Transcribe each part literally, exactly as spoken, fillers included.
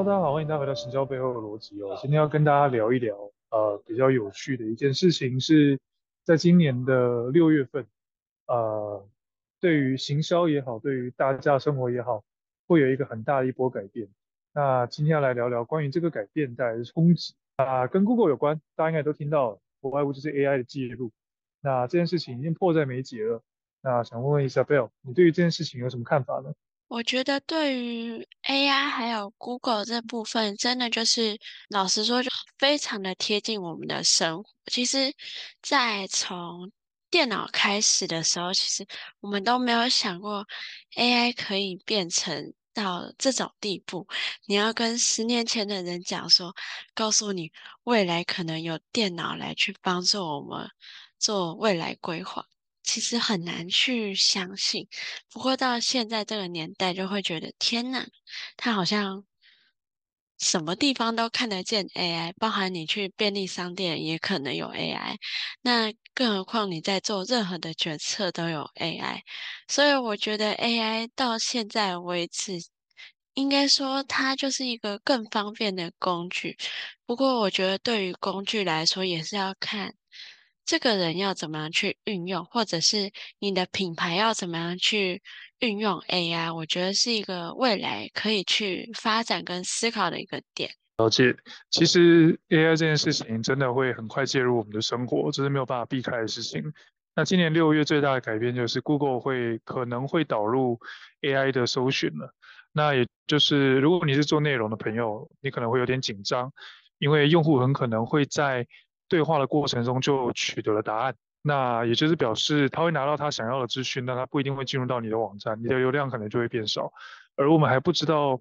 大家好，欢迎大家回到行销背后的逻辑哦。今天要跟大家聊一聊，呃，比较有趣的一件事情是，在今年的六月份，呃，对于行销也好，对于大家生活也好，会有一个很大的一波改变。那今天要来聊聊关于这个改变带来的冲击啊，跟 Google 有关，大家应该都听到了，不外乎就是 A I 的介入。那这件事情已经迫在眉睫了。那想问问 Isabel，你对于这件事情有什么看法呢？ 我觉得对于 A I 还有 Google 这部分，真的就是老实说，就非常的贴近我们的生活。其实，在从电脑开始的时候，其实我们都没有想过 A I 可以变成到这种地步。你要跟十年前的人讲说，告诉你未来可能有电脑来去帮助我们做未来规划。其实很难去相信，不过到现在这个年代，就会觉得天呐，它好像什么地方都看得见 A I，包含你去便利商店也可能有 A I，那更何况你在做任何的决策都有 A I，所以我觉得 A I 到现在为止，应该说它就是一个更方便的工具。不过我觉得对于工具来说，也是要看这个人要怎么样去运用，或者是你的品牌要怎么样去运用 A I，我觉得是一个未来可以去发展跟思考的一个点。 其实 A I 这件事情真的会很快介入我们的生活，这是没有办法避开的事情。那今年六月最大的改变就是 Google 会可能会导入 A I 的搜寻了。那也就是如果你是做内容的朋友，你可能会有点紧张，因为用户很可能会在对话的过程中就取得了答案。那也就是表示他会拿到他想要的资讯，但他不一定会进入到你的网站，你的流量可能就会变少。而我们还不知道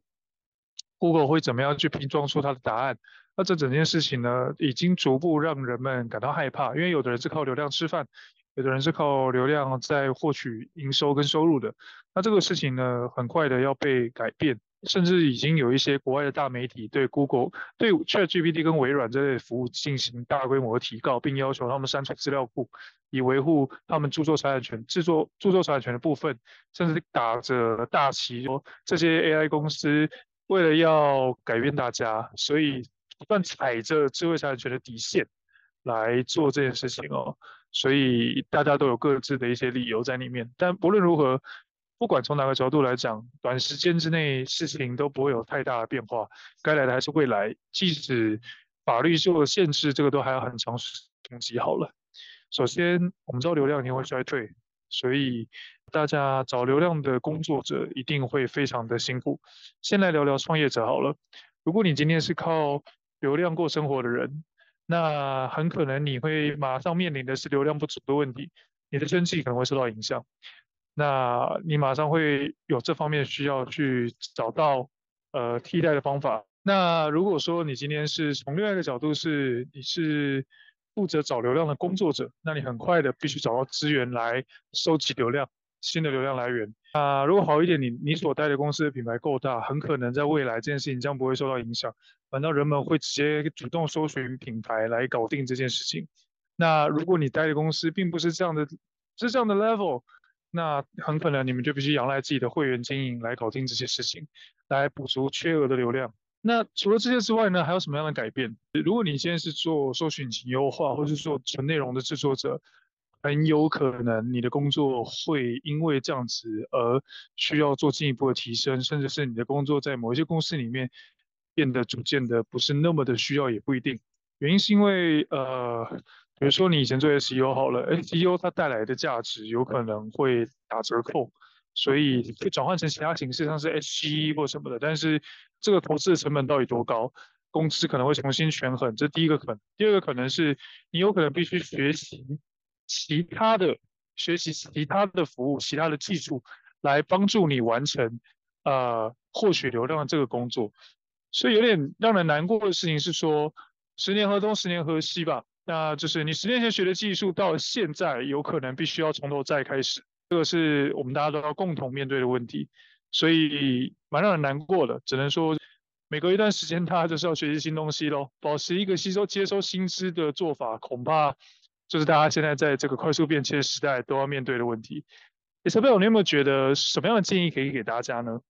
Google 会怎么样去拼装出它的答案。那这整件事情呢，已经逐步让人们感到害怕，因为有的人是靠流量吃饭，有的人是靠流量在获取营收跟收入的。那这个事情呢，很快的要被改变，甚至已经有一些国外的大媒体对 Google、对 ChatGPT 跟微软这类服务进行大规模的提告，并要求他们删除资料库，以维护他们著作财产权、制作著作财产权的部分，甚至打着大旗说这些 A I 公司为了要改变大家，所以不断踩着智慧财产权的底线来做这件事情哦。所以大家都有各自的一些理由在里面。但不论如何，不管从哪个角度来讲，短时间之内事情都不会有太大的变化，该来的还是会来。即使法律做了限制，这个都还要很长时间冲击好了。首先，我们知道流量一定会衰退，所以大家找流量的工作者一定会非常的辛苦。先来聊聊创业者好了。如果你今天是靠流量过生活的人，那很可能你会马上面临的是流量不足的问题，你的生计可能会受到影响。那你马上会有这方面需要去找到呃替代的方法。那如果说你今天是从另外一个角度是你是负责找流量的工作者，那你很快的必须找到资源来收集流量，新的流量来源。啊，如果好一点，你你所待的公司的品牌够大，很可能在未来这件事情将不会受到影响，反倒人们会直接主动搜寻品牌来搞定这件事情。那如果你待的公司并不是这样的，是这样的 level，那很可能你们就必须仰赖自己的会员经营来搞定这些事情，来补足缺额的流量。那除了这些之外呢，还有什么样的改变？如果你现在是做搜索引擎优化，或是做纯内容的制作者，很有可能你的工作会因为这样子而需要做进一步的提升，甚至是你的工作在某一些公司里面变得逐渐的不是那么的需要，也不一定。原因是因为呃，比如说你以前做 S E O 好了，S E O 它带来的价值有可能会打折扣，所以可以转换成其他形式，像是 S G E 或什么的。但是这个投资的成本到底多高？公司可能会重新权衡，这第一个可能。第二个可能是你有可能必须学习其他的学习其他的服务、其他的技术来帮助你完成呃获取流量的这个工作。所以有点让人难过的事情是说，十年河东，十年河西吧。那就是你十年前学的技术，到现在有可能必须要从头再开始，这个是我们大家都要共同面对的问题，所以蛮让人难过的。只能说，每隔一段时间，大家就是要学习新东西咯，保持一个吸收、接收新知的做法，恐怕就是大家现在在这个快速变迁时代都要面对的问题。Isabel，你有没有觉得什么样的建议可以给大家呢？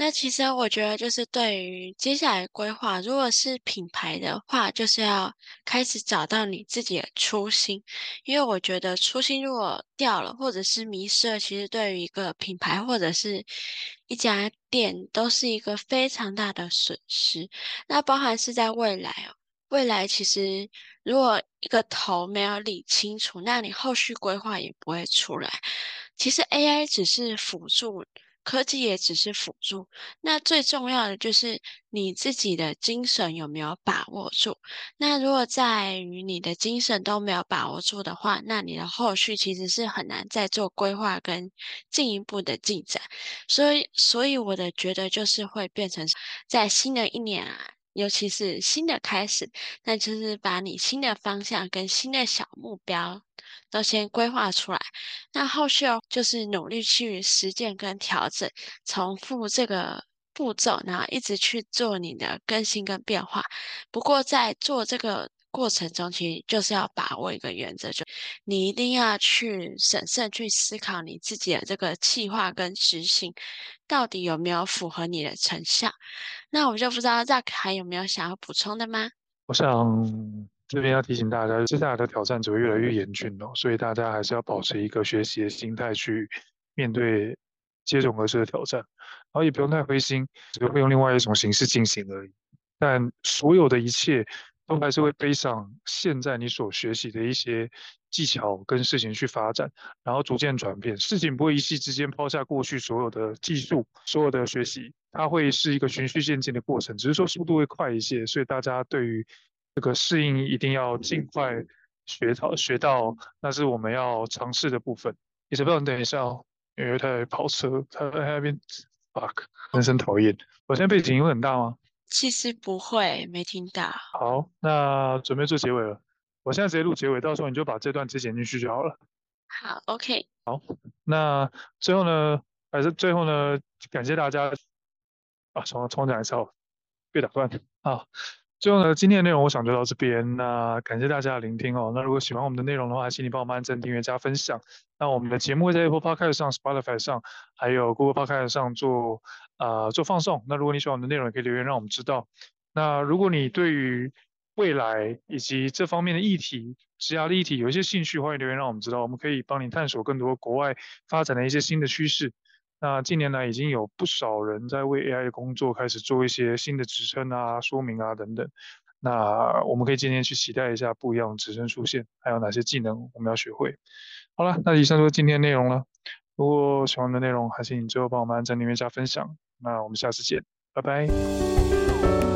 那其实我觉得，就是对于接下来规划，如果是品牌的话，就是要开始找到你自己的初心。因为我觉得初心如果掉了，或者是迷失了，其实对于一个品牌或者是一家店，都是一个非常大的损失。那包含是在未来哦，未来其实如果一个头没有理清楚，那你后续规划也不会出来。其实 A I 只是辅助，科技也只是辅助。那最重要的就是你自己的精神有没有把握住。那如果在于你的精神都没有把握住的话，那你的后续其实是很难再做规划跟进一步的进展。所以，所以我的觉得就是会变成在新的一年啊，尤其是新的开始，那就是把你新的方向跟新的小目标都先规划出来。那后续哦，就是努力去实践跟调整，重复这个步骤，然后一直去做你的更新跟变化。不过在做这个过程中，其实就是要把握一个原则，就你一定要去审慎去思考你自己的这个计划跟执行，到底有没有符合你的成效。那我就不知道 Zack 还有没有想要补充的吗？ 我想这边要提醒大家，接下来的挑战只会越来越严峻哦，所以大家还是要保持一个学习的心态去面对接踵而至的挑战，然后也不用太灰心，只会用另外一种形式进行而已。但所有的一切都还是会背上现在你所学习的一些技巧跟事情去发展，然后逐渐转变。事情不会一夕之间抛下过去所有的技术、所有的学习，它会是一个循序渐进的过程，只是说速度会快一些。所以大家对于这个适应一定要尽快学到学到，那是我们要尝试的部分。你不要等一下哦，有一台跑车，它在那边 fuck，真是讨厌。我现在背景音会很大吗？ 其实不会，没听到。 好，那准备做结尾了。我现在直接录结尾，到时候你就把这段直接剪进去就好了。 好，OK。 那最后呢，还是最后呢，感谢大家啊，重重讲一次哦，别打断啊。最后呢，今天的内容我想就到这边。那感谢大家的聆听哦。那如果喜欢我们的内容的话，请你帮我们按赞、订阅、加分享。那我们的节目会在 Apple Podcast 上、Spotify 上，还有 Google Podcast 上做呃做放送。那如果你喜欢我们的内容，也可以留言让我们知道。那如果你对于未来以及这方面的议题、职涯的议题有一些兴趣，欢迎留言让我们知道，我们可以帮你探索更多国外发展的一些新的趋势。那近年来已经有不少人在为 A I 的工作开始做一些新的职称啊、说明啊等等。那我们可以今天去期待一下不一样的职称出现，还有哪些技能我们要学会。好了，那以上就是今天的内容了。如果喜欢我们的内容，还请你最后帮我们按赞、订阅、加分享。那我们下次见，拜拜。